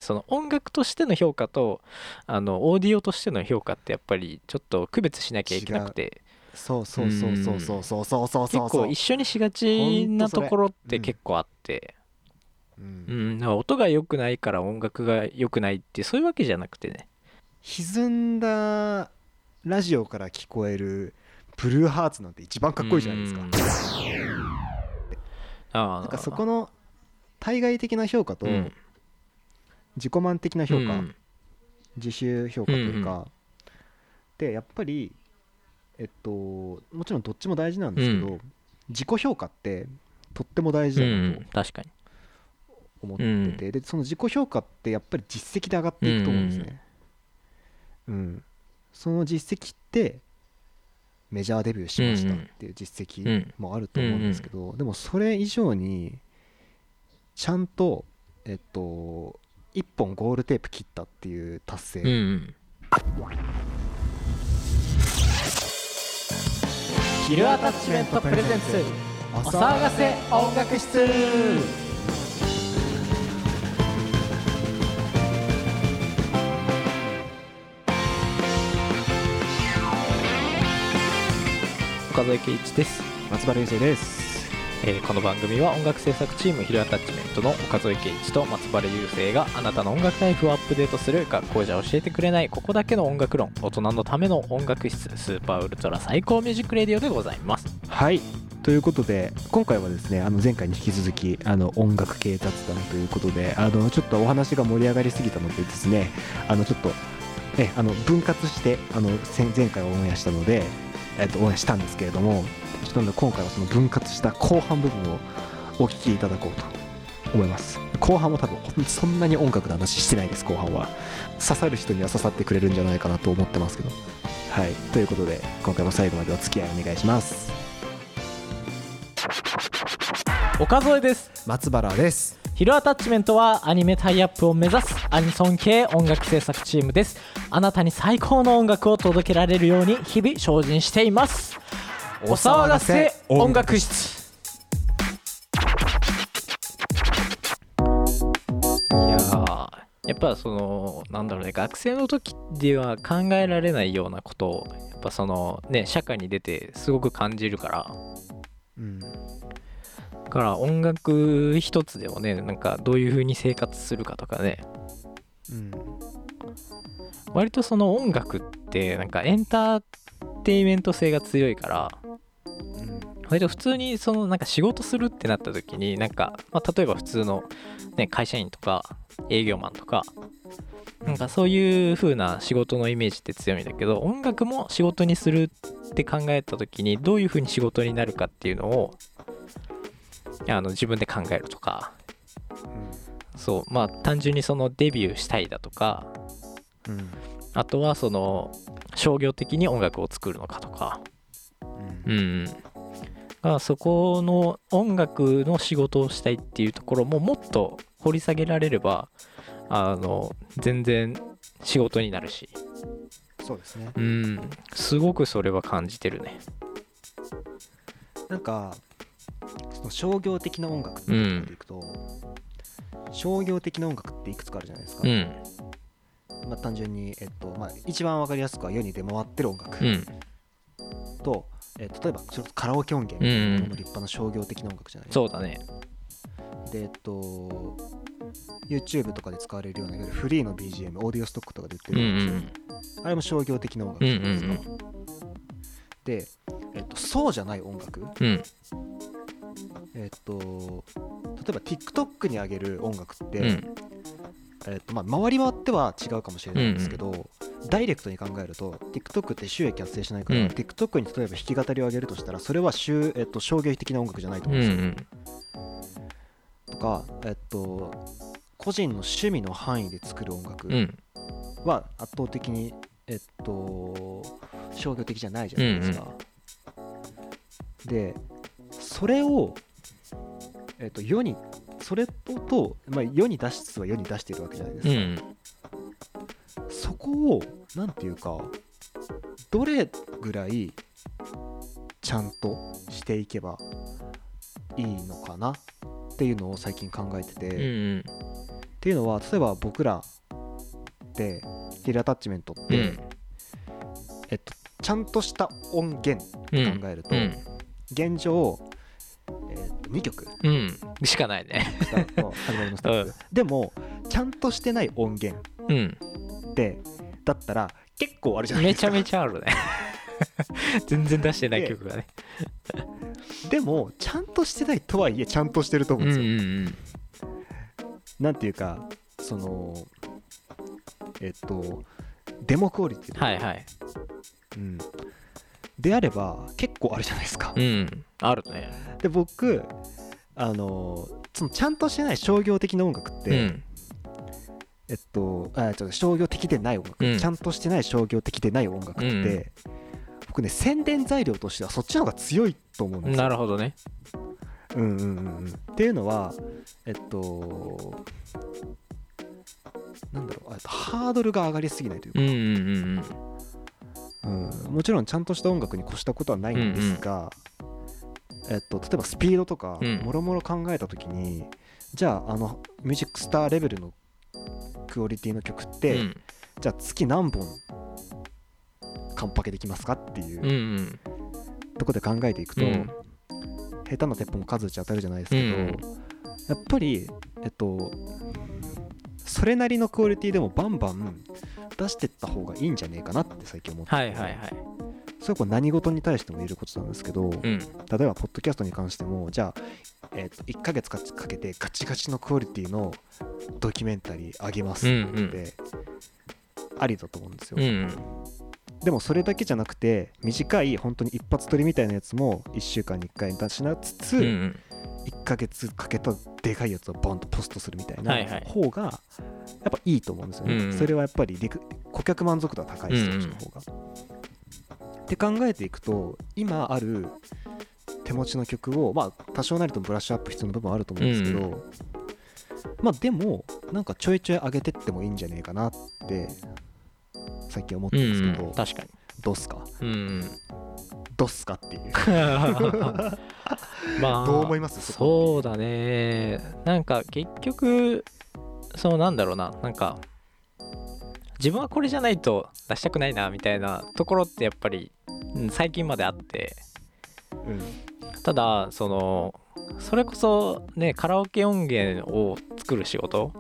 その音楽としての評価とオーディオとしての評価ってやっぱりちょっと区別しなきゃいけなくて、 そうそうそうそうそうそうそうそうそう結構一緒にしがちなところって結構あって、だから音が良くないから音楽が良くないってそういうわけじゃなくてね。 歪んだラジオから聞こえるブルーハーツなんて一番かっこいいじゃないですか。なんかそこの対外的な評価と自己満的な評価、自主評価というか、でやっぱりもちろんどっちも大事なんですけど、自己評価ってとっても大事だなと確かに思ってて、でその自己評価ってやっぱり実績で上がっていくと思うんですね。その実績ってメジャーデビューしましたっていう実績もあると思うんですけど、でもそれ以上にちゃんと1本ゴールテープ切ったっていう達成、 ヒルアタッチメントプレゼンツお騒がせ音楽室。岡添圭一です。 松原優生です。 この番組は音楽制作チームヒルアタッチメントの岡添圭一と松原優生があなたの音楽ライフをアップデートする学校じゃ教えてくれないここだけの音楽論、大人のための音楽室、スーパーウルトラ最高ミュージックレディオでございます。 はい、ということで今回はですね、前回に引き続き音楽系雑談ということで、ちょっとお話が盛り上がりすぎたのでですね、ちょっと分割して前回はオンエアしたので、オンエアしたんですけれども、ちょっと今回はその分割した後半部分をお聞きいただこうと思います。後半も多分そんなに音楽の話してないです。後半は刺さる人には刺さってくれるんじゃないかなと思ってますけど、はい、ということで今回も最後までお付き合いお願いします。 岡添です。 松原です。 ヒルアタッチメントはアニメタイアップを目指すアニソン系音楽制作チームです。あなたに最高の音楽を届けられるように日々精進しています。お騒がせ音楽室。いややっぱそのなんだろうね、学生の時では考えられないようなことをやっぱそのね社会に出てすごく感じるから、だから音楽一つでもね、なんかどういう風に生活するかとかね、割とその音楽ってなんかエンターテイメント性が強いから、割と普通にそのなんか仕事するってなった時になんか、例えば普通の、ね、会社員とか営業マンとかなんかそういう風な仕事のイメージって強いんだけど、音楽も仕事にするって考えた時にどういう風に仕事になるかっていうのを自分で考えるとか、そう単純にそのデビューしたいだとか、あとはその商業的に音楽を作るのかとか、そこの音楽の仕事をしたいっていうところももっと掘り下げられれば全然仕事になるし、 そうですね。 すごくそれは感じてるね。 なんかその商業的な音楽って言っていくと、商業的な音楽っていくつかあるじゃないですか。単純に、一番わかりやすくは世に出回ってる音楽、と、例えばちょっとカラオケ音源みたいなのも立派な商業的な音楽じゃないですか。 そうだね。 でYouTube とかで使われるようないわゆるフリーの BGM、オーディオストックとかで売ってるんですよ。あれも商業的な音楽じゃないですか。で、そうじゃない音楽、例えば TikTok に上げる音楽って、回り回っては違うかもしれないんですけど、ダイレクトに考えると TikTok って収益発生しないから、TikTok に例えば弾き語りを上げるとしたらそれは商業的な音楽じゃないと思うんですよ。とか、個人の趣味の範囲で作る音楽は圧倒的に、商業的じゃないじゃないですか。でそれを、世にそれと、世に出しつつは世に出しているわけじゃないですか。そこをなんていうかどれぐらいちゃんとしていけばいいのかなっていうのを最近考えてて、 っていうのは例えば僕らでヒルアタッチメントって、ちゃんとした音源って考えると、現状、2曲、 しかないね始まりのスタッフ、でもちゃんとしてない音源ってだったら結構あるじゃないですか。 めちゃめちゃあるね全然出してない曲がねでもちゃんとしてないとはいえちゃんとしてると思うんですよ、なんていうかそのデモクオリティ、 はいはい、 であれば結構あるじゃないですか、 あるね。 で僕そのちゃんとしてない商業的な音楽って、商業的でない音楽、ちゃんとしてない商業的でない音楽って、僕ね宣伝材料としてはそっちの方が強いと思うんですよ。 なるほどね。 っていうのはなんだろう、ハードルが上がりすぎないというか、もちろんちゃんとした音楽に越したことはないんですが、例えばスピードとかもろもろ考えた時に、じゃあミュージックスターレベルのクオリティの曲って、じゃあ月何本カンパケできますかっていうところで考えていくと、下手な鉄砲も数打ち当たるじゃないですけど、やっぱりそれなりのクオリティでもバンバン出してった方がいいんじゃねえかなって最近思ってて、それは何事に対しても言えることなんですけど、例えばポッドキャストに関してもじゃあ、1ヶ月かけてガチガチのクオリティのドキュメンタリーあげますってありだと思うんですよ、でもそれだけじゃなくて短い本当に一発撮りみたいなやつも1週間に1回出しなつつ、1ヶ月かけたでかいやつをボンとポストするみたいな方がやっぱいいと思うんですよね、それはやっぱり顧客満足度は高い人たちの方が、って考えていくと今ある手持ちの曲を多少なりともブラッシュアップ必要な部分はあると思うんですけど、でもなんかちょいちょい上げてってもいいんじゃねえかなって最近思ってるんですけど、 確かにどうっすか、どうっすかっていうどう思います？ そうだね、なんか結局なんだろうな、なんか自分はこれじゃないと出したくないなみたいなところってやっぱり最近まであって、ただそれこそねカラオケ音源を作る仕事、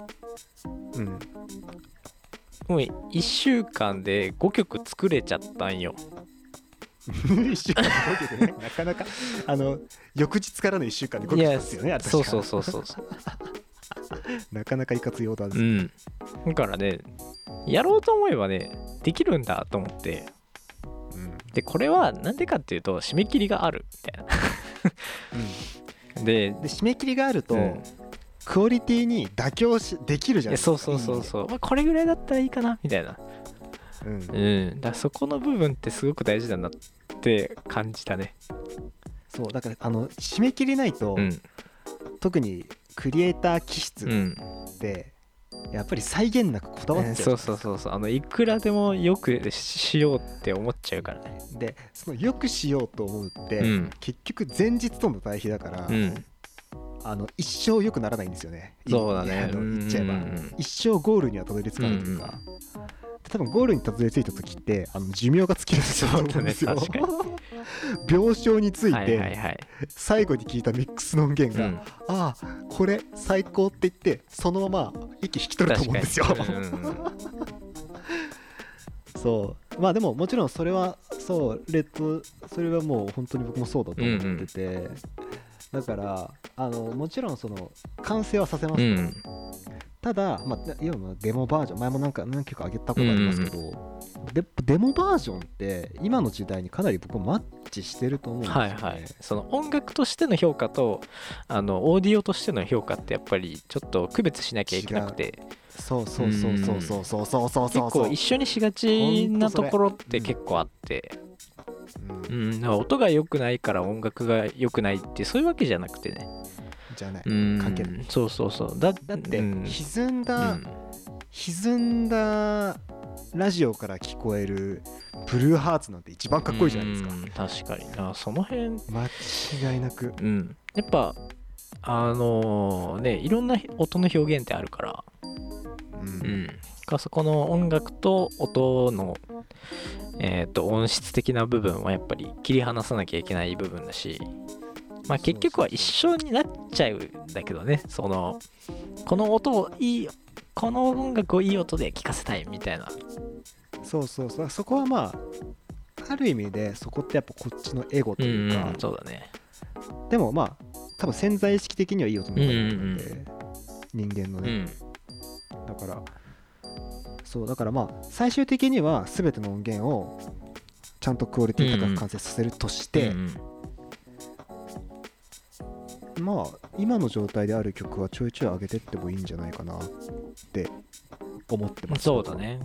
もう1週間で5曲作れちゃったんよ 1週間で5曲ねなかなか翌日からの1週間で5曲ですよね。 そうなかなかいかついオーダーですね、 だからねやろうと思えばねできるんだと思って、でこれはなんでかっていうと締め切りがあるみたいなで締め切りがあると、クオリティに妥協できるじゃないですか。 そうこれぐらいだったらいいかなみたいな、だからそこの部分ってすごく大事だなって感じたね。 そうだから締め切りないと、特にクリエイター気質って、やっぱり際限なくこだわっちゃう、 そういくらでもよくしようって思っちゃうからね。 でそのよくしようと思うって、結局前日との対比だから、一生良くならないんですよね。 そうだね、 言っちゃえば、一生ゴールにはたどり着かないというか、多分ゴールにたどり着いた時って寿命が尽きると思うんですよ。 確かに病床について、最後に聞いたミックスの音源が、ああこれ最高って言ってそのまま息引き取ると思うんですよ。そうでももちろんそれはそれはもう本当に僕もそうだと思ってて、だからもちろん完成はさせます、ただ、要はデモバージョン前も何曲か上げたことありますけど、デモバージョンって今の時代にかなり僕マッチしてると思うんですよね。 その音楽としての評価とオーディオとしての評価ってやっぱりちょっと区別しなきゃいけなくて、 そう結構一緒にしがちなところって結構あって、音が良くないから音楽が良くないってそういうわけじゃなくてね、 じゃない、関係ない。だって歪んだラジオから聞こえるブルーハーツなんて一番かっこいいじゃないですか。 確かにな、その辺間違いなく、 やっぱいろんな音の表現ってあるから、 そこの音楽と音の音質的な部分はやっぱり切り離さなきゃいけない部分だし、まあ結局は一緒になっちゃうんだけどね、この音をこの音楽をいい音で聴かせたいみたいな。 そうそこはまあある意味でそこってやっぱこっちのエゴというか、 そうだね。 でもまあ多分潜在意識的にはいい音の方がいいので、人間のね、だからまあ最終的には全ての音源をちゃんとクオリティ高く完成させるとして、まあ今の状態である曲はちょいちょい上げてってもいいんじゃないかなって思ってます。 そうだね。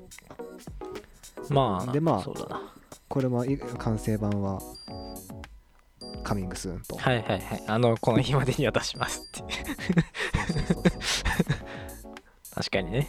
まあでまあそうだな。これも完成版はカミングスーンと、 この日までには出しますって確かにね。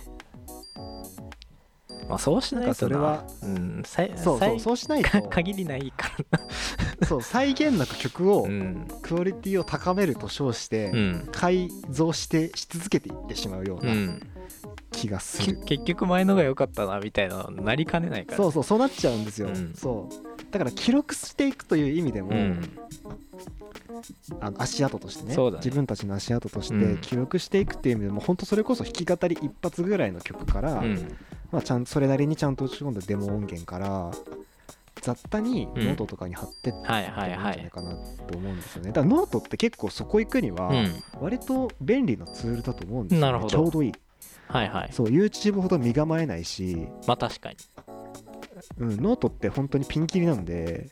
まあそうしないとな、 それはそうしないと限りないからなそう際限なく曲を、クオリティを高めると称して、改造し続けていってしまうような気がする。 結局前のが良かったなみたいななりかねないから、 そうなっちゃうんですよ。そうだから記録していくという意味でも、足跡としてね、自分たちの足跡として記録していくっていう意味でも、本当それこそ弾き語り一発ぐらいの曲から、まあ、それなりにちゃんと打ち込んだデモ音源から雑多にノートとかに貼ってってもいいんじゃないかなと思うんですよね。だからノートって結構そこ行くには割と便利なツールだと思うんですよね。ちょうどいい。そう YouTube ほど身構えないし、 まあ確かに、 ノートって本当にピンキリなんで、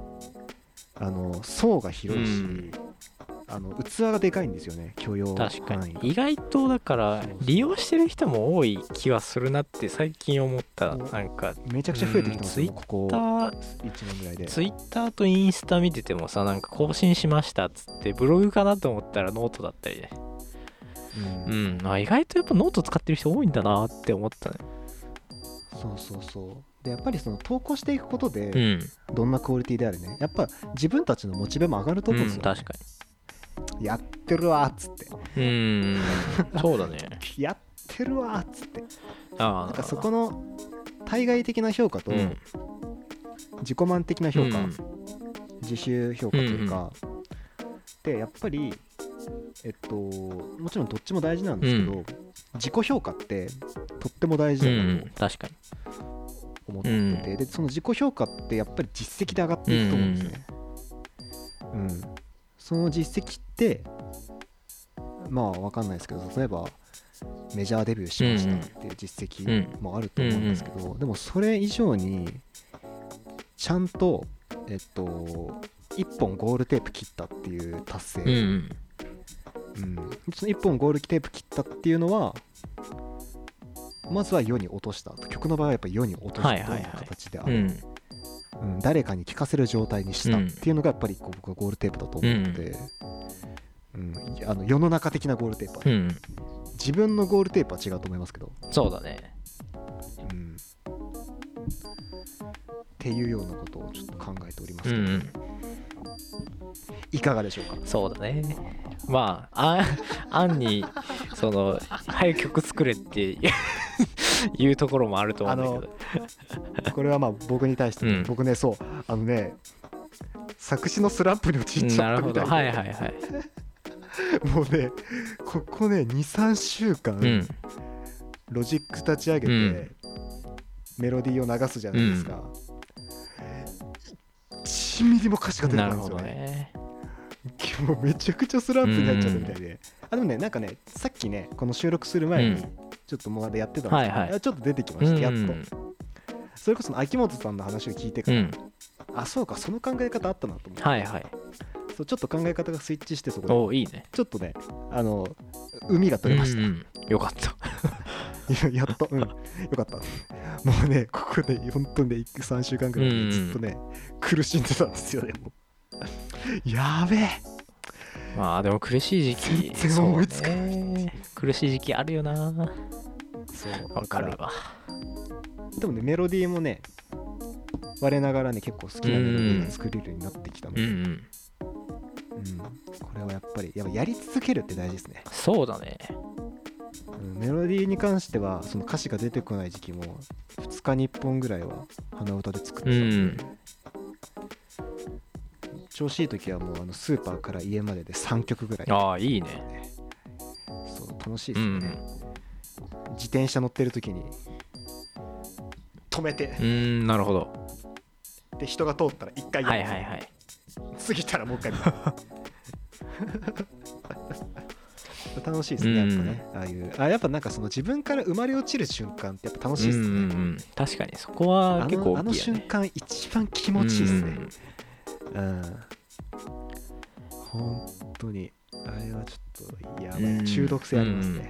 層が広いし、器がでかいんですよね、許容範囲。 確かに意外とだから利用してる人も多い気はするなって最近思った。なんかめちゃくちゃ増えてきてますよ、ここ1年ぐらいで。 ツイッターとインスタ見ててもさ、なんか更新しましたっつってブログかなと思ったらノートだったりね。意外とやっぱノート使ってる人多いんだなって思ったね。 でやっぱりその投稿していくことで、どんなクオリティであれね、やっぱ自分たちのモチベも上がると思うんですよ、 確かにやってるわっつって、 そうだねやってるわっつって、 なんかそこの対外的な評価と、自己満的な評価、自主評価というか、でやっぱりもちろんどっちも大事なんですけど、自己評価ってとっても大事だなと確かに思ってて、でその自己評価ってやっぱり実績で上がっていくと思うんですね。その実績ってまあ分かんないですけど、例えばメジャーデビューしましたっていう実績もあると思うんですけど、でもそれ以上にちゃんと1本ゴールテープ切ったっていう達成、その1本ゴールテープ切ったっていうのはまずは世に落とした、曲の場合はやっぱり世に落としたという形である、誰かに聴かせる状態にしたっていうのがやっぱり僕はゴールテープだと思うので、世の中的なゴールテープは、自分のゴールテープは違うと思いますけど、 そうだね、 っていうようなことをちょっと考えておりますけど、いかがでしょうか。 そうだね、まあ案にその早く曲作れっていうところもあると思うんだけど、 これはまあ僕に対して、僕ね、そう作詞のスランプに陥っちゃったみたいで、もうねここね 2,3 週間、ロジック立ち上げて、メロディーを流すじゃないですか、1ミリも歌詞が出てないんですよね。もうめちゃくちゃスランプになっちゃったみたいで、でもね、なんかね、さっきねこの収録する前にちょっとまだやってたんですけど、ちょっと出てきました、やっと。それこそ秋元さんの話を聞いてから、そうか、その考え方あったなと思って、そうちょっと考え方がスイッチして、そこでいいね、 ちょっとね海が取れました、 よかったやっと、よかった。もうね、ここで本当にね、3週間ぐらいずっとね、苦しんでたんですよね。もうやべえ。 まあでも苦しい時期、 全然思いつかない。 苦しい時期あるよな。 そう、 わかるわ。 でもね、メロディーもね、我ながらね、結構好きなメロディーが作れるようになってきたので、これはやっぱりやり続けるって大事ですね。 そうだね。 メロディーに関してはその歌詞が出てこない時期も2日に1本ぐらいは鼻歌で作ってたんで、調子いい時はもうスーパーから家までで3曲ぐらい。 ああいいね。 そう楽しいですよね、自転車乗ってる時に止めて、 なるほど。 で人が通ったら1回はいはいはい。 過ぎたらもう1回楽しいですねやっぱね、ああいうやっぱなんかその自分から生まれ落ちる瞬間ってやっぱ楽しいですね。 確かにそこは結構大きいよね。 あの瞬間一番気持ちいいですね。本当にあれはちょっとやばい、中毒性ありますね。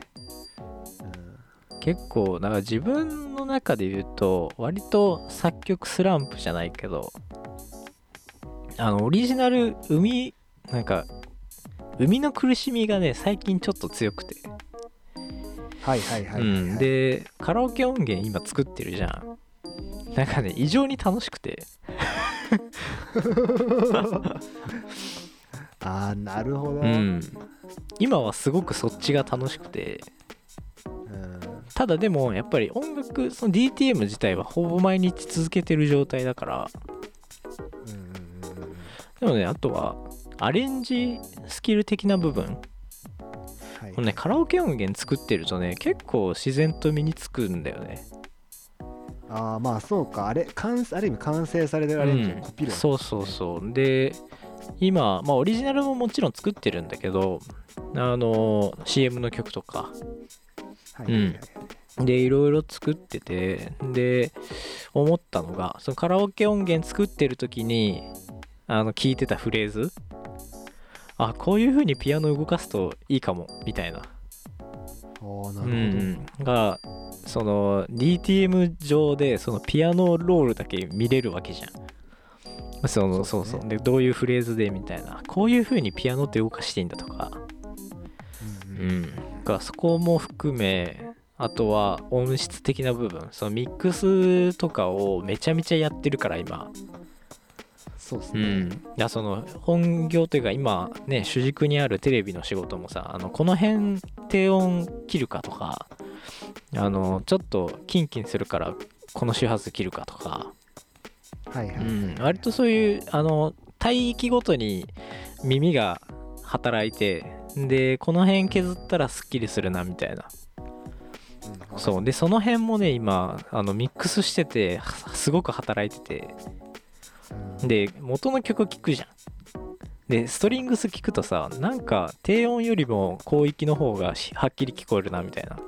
結構だから自分の中で言うと割と作曲スランプじゃないけど、オリジナルなんか生みの苦しみがね最近ちょっと強くて、でカラオケ音源今作ってるじゃん。なんかね異常に楽しくてなるほど、 今はすごくそっちが楽しくて、ただでもやっぱり音楽その DTM 自体はほぼ毎日続けてる状態だから、でもねあとはアレンジスキル的な部分、このねカラオケ音源作ってるとね結構自然と身につくんだよね。 まあそうか、ある意味完成されてるアレンジをコピる、 そうそうそう。で今、オリジナルももちろん作ってるんだけど、CM の曲とか、でいろいろ作ってて、で思ったのがそのカラオケ音源作ってる時に聞いてたフレーズ、こういう風にピアノ動かすといいかもみたいな、 なるほど、 がその DTM 上でそのピアノロールだけ見れるわけじゃん。そうでどういうフレーズでみたいな、こういう風にピアノって動かしていいんだとか、がそこも含め、あとは音質的な部分、そのミックスとかをめちゃめちゃやってるから今。 そうですね。 その本業というか今ね主軸にあるテレビの仕事もさ、この辺低音切るかとか、ちょっとキンキンするからこの周波数切るかとか、割とそういう帯域ごとに耳が働いて、でこの辺削ったらスッキリするなみたいな、そうでその辺もね今ミックスしててすごく働いてて、で元の曲聴くじゃん。でストリングス聴くとさ、なんか低音よりも広域の方がはっきり聞こえるなみたいな。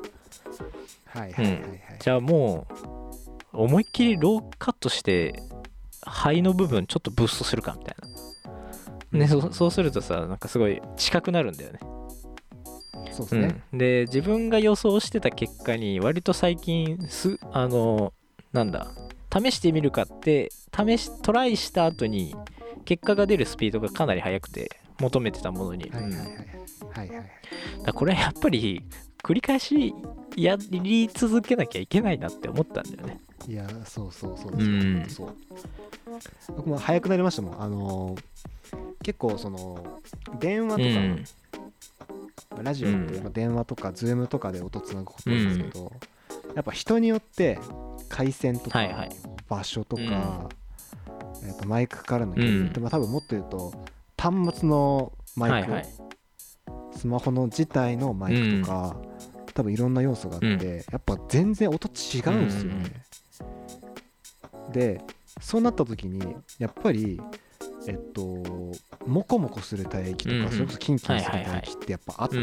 じゃあもう思いっきりローカットして肺の部分ちょっとブーストするかみたいな。でそうするとさ、なんかすごい近くなるんだよね。 そうですね。 で自分が予想してた結果に割と最近なんだ試してみるかってトライした後に結果が出るスピードがかなり速くて、求めてたものに。だこれやっぱり繰り返しやり続けなきゃいけないなって思ったんだよね。 いやそうですよ、僕も速くなりましたもん。結構その電話とか、ラジオって電話とかズームとかで音つなぐことなんですけど、やっぱ人によって回線とか場所とか、マイクからの距離って、多分もっと言うと端末のマイク、スマホの自体のマイクとか、多分いろんな要素があって、やっぱ全然音違うんですよね。でそうなった時にやっぱりモコモコする帯域とか、それこそキンキンする帯域ってやっぱあって、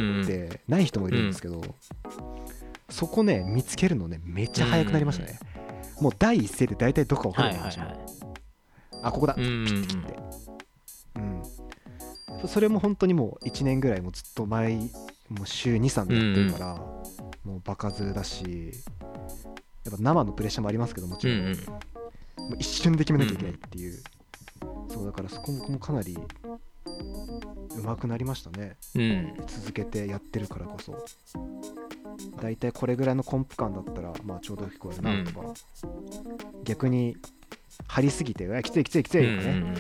ない人もいるんですけど、そこね見つけるのねめっちゃ早くなりましたね。もう第一声で大体どこか分かるんですよ。ここだ、ピッて切って、それも本当にもう1年ぐらいもずっともう週 2,3 でやってるから、もう場数だし、やっぱ生のプレッシャーもありますけど、もちろん、もう一瞬で決めなきゃいけないっていう、そうだからそこもかなり上手くなりましたね、続けてやってるからこそ。だいたいこれぐらいのコンプ感だったらちょうど聞こえるなとか、逆に張りすぎてきついとかね、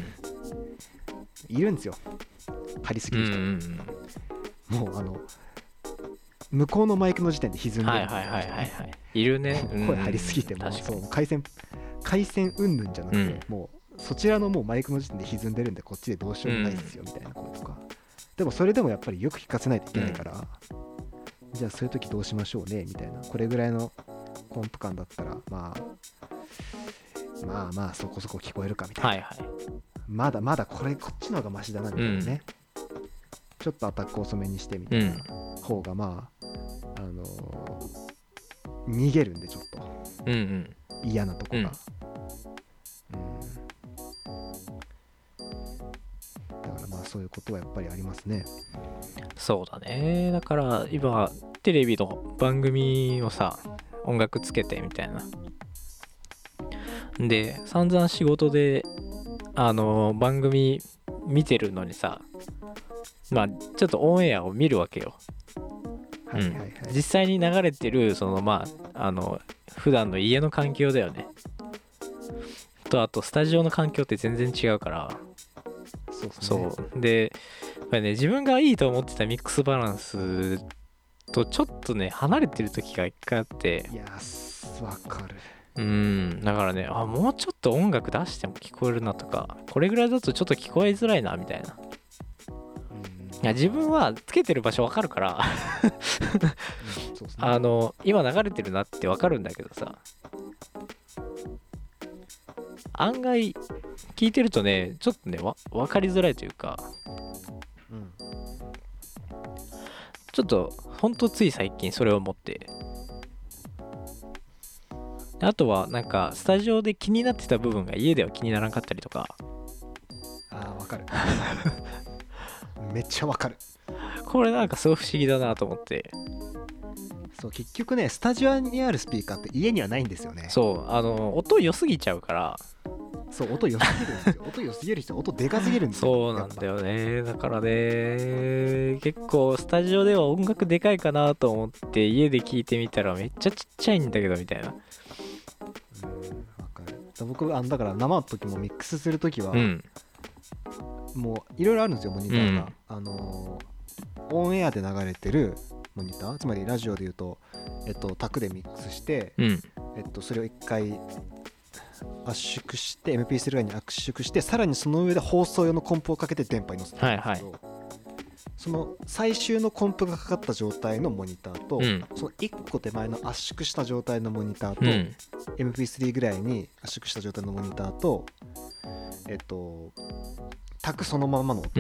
いるんですよ張りすぎる人、もう向こうのマイクの時点で歪んでる、 はいはいはいはいはいいるね。 声張りすぎてもうそう回線うんぬんじゃなくて、もうそちらのもうマイクの時点で歪んでるんでこっちでどうしようもないですよみたいな声とか、でもそれでもやっぱりよく聞かせないといけないから、じゃあそういう時どうしましょうねみたいな、これぐらいのコンプ感だったらまあそこそこ聞こえるかみたいな、 はいはいまだこっちの方がマシだなみたいなね、ちょっとアタック遅めにしてみたいな方が逃げるんでちょっと、嫌なとこが、だからまあそういうことはやっぱりありますね。 そうだね。だから今テレビの番組をさ音楽つけてみたいなで散々仕事で番組見てるのにさ、まあちょっとオンエアを見るわけよ。実際に流れてるその普段の家の環境だよねと、あとスタジオの環境って全然違うから、そうでやっぱりね、自分がいいと思ってたミックスバランスとちょっとね離れてる時が一回あって、 いやわかる。 だからね、もうちょっと音楽出しても聞こえるなとか、これぐらいだとちょっと聞こえづらいなみたいな。いや自分はつけてる場所わかるから今流れてるなってわかるんだけどさ、案外聞いてるとねちょっとね分かりづらいというか、ちょっとほんとつい最近それを思って、あとはなんかスタジオで気になってた部分が家では気にならなかったりとか。 わかるめっちゃわかる。 これなんかすごい不思議だなと思って。 そう結局ねスタジオにあるスピーカーって家にはないんですよね。 そう音良すぎちゃうから。 そう音良すぎるんですよ音良すぎる人音でかすぎるんですよ。 そうなんだよね。だからね結構スタジオでは音楽でかいかなと思って家で聞いてみたらめっちゃちっちゃいんだけどみたいな。 わかる。僕だから生の時もミックスする時は、もういろいろあるんですよモニターが、オンエアで流れてるモニター、つまりラジオでいうとタクでミックスして、それを一回圧縮して MP3 ぐらいに圧縮して、さらにその上で放送用のコンプをかけて電波に乗せてるんですけど、その最終のコンプがかかった状態のモニターと、その1個手前の圧縮した状態のモニターと、MP3 ぐらいに圧縮した状態のモニターとタクそのままの音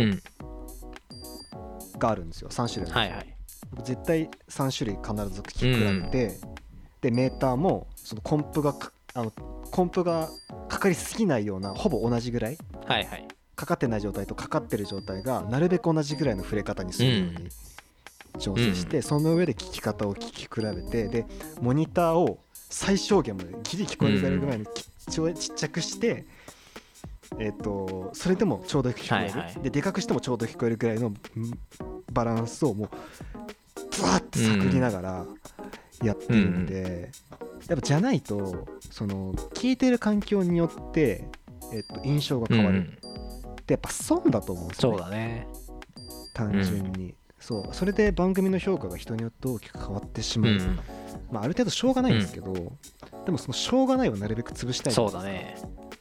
があるんですよ。3種類、僕絶対3種類必ず聞き比べて、でメーターもそのコンプがかかりすぎないようなほぼ同じぐらい、かかってない状態とかかってる状態がなるべく同じぐらいの触れ方にするように調整して、その上で聞き方を聞き比べて、でモニターを最小限までギリ聞こえるぐらいにちっちゃくして、それでもちょうど聞こえる、ででかくしてもちょうど聞こえるぐらいのバランスをもうブワッて探りながらやってるんで、やっぱじゃないとその聞いてる環境によって、印象が変わる、でやっぱ損だと思うんですよね。 そうだね、 単純に、それで番組の評価が人によって大きく変わってしまう、ある程度しょうがないんですけど、でもそのしょうがないをなるべく潰したい。 そうだね。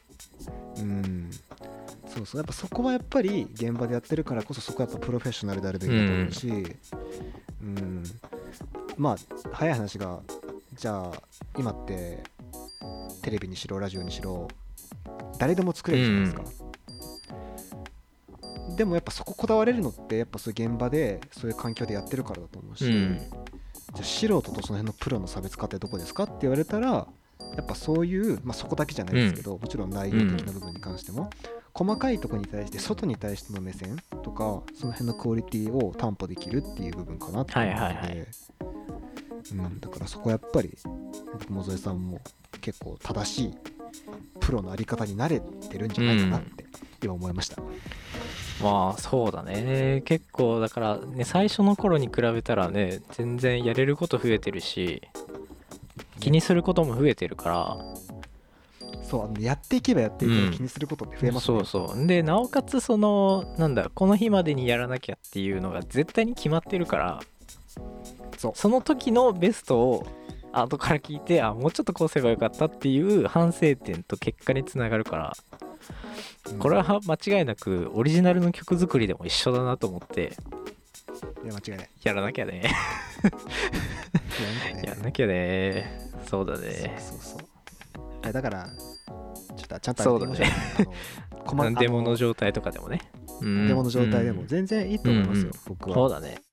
やっぱそこはやっぱり現場でやってるからこそ、そこはやっぱプロフェッショナルであるべきだと思うし、早い話が、じゃあ今ってテレビにしろラジオにしろ誰でも作れるじゃないですか、でもやっぱそここだわれるのってやっぱそういう現場でそういう環境でやってるからだと思うし、じゃあ素人とその辺のプロの差別化ってどこですかって言われたら、やっぱそういう、そこだけじゃないですけど、もちろん内容的な部分に関しても、細かいところに対して外に対しての目線とかその辺のクオリティを担保できるっていう部分かなって思うので、だからそこはやっぱり僕もゾエさんも結構正しいプロのあり方に慣れてるんじゃないかなって今思いました。 そうだね。結構だからね、最初の頃に比べたらね全然やれること増えてるし、気にすることも増えてるから、 やっていけばやっていけば気にすることって増えますね。 でなおかつこの日までにやらなきゃっていうのが絶対に決まってるから、 その時のベストを後から聞いて、もうちょっとこうすればよかったっていう反省点と結果につながるから、これは間違いなくオリジナルの曲作りでも一緒だなと思って、 いや間違いない、 やらなきゃねやらなきゃね。そうだね。 そうだからちょっとちゃんとそうだねデモの状態とかでもね、 デモの状態でも全然いいと思いますよ、僕は。 そうだね。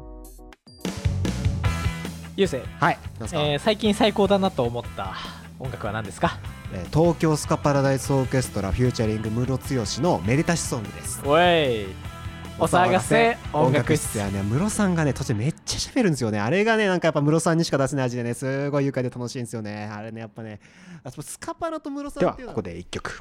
ゆうせい、 はい、なんすか？ 最近最高だなと思った音楽は何ですか？ 東京スカパラダイスオーケストラフューチャリングムロツヨシのめでたしソングです。 おい、お騒がせ音楽室。 やね、ムロさんがね途中めっちゃ喋るんですよね。あれがねなんかやっぱムロさんにしか出せない味でね、すごい愉快で楽しいんですよね。あれねやっぱね、スカパラとムロさんっていうのは。ではここで1曲。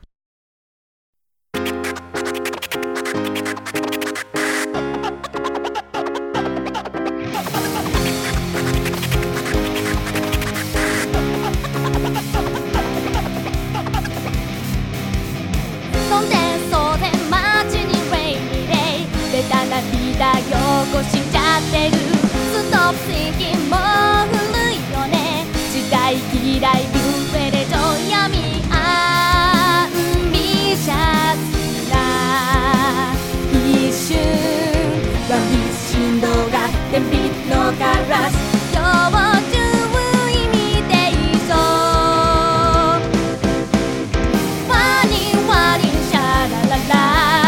涙よこしちゃってるストップシンキンも古いよね。時代嫌いブフェレと闇あんみシャツな一瞬は必心動画天秤のガラス要注意見ていそうワニワニシャラララ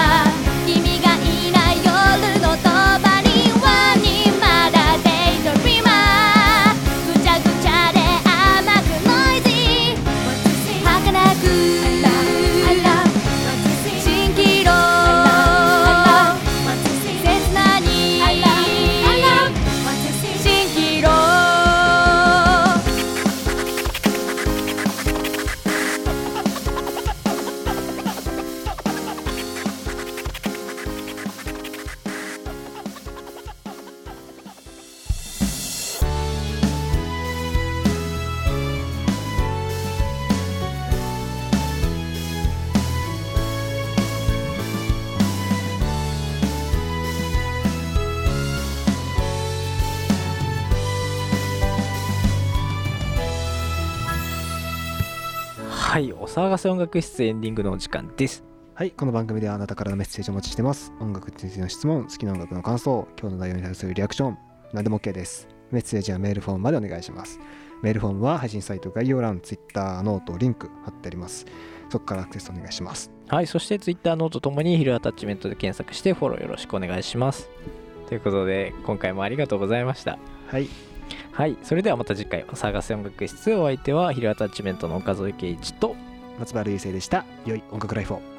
はい、お騒がせ音楽室エンディングのお時間です。 はい、この番組ではあなたからのメッセージをお待ちしてます。音楽についての質問、好きな音楽の感想、今日の内容に対するリアクション、何でも OK です。メッセージはメールフォームまでお願いします。メールフォームは配信サイト概要欄、Twitter、ノート、リンク貼ってあります。そこからアクセスお願いします。 はい、そして Twitter、ノートともにヒルアタッチメントで検索してフォローよろしくお願いします。ということで、今回もありがとうございました。 はい。 はい、それではまた次回、お騒がせ音楽室。お相手はヒルアタッチメントの岡添圭一と松原優生でした。良い音楽ライフを。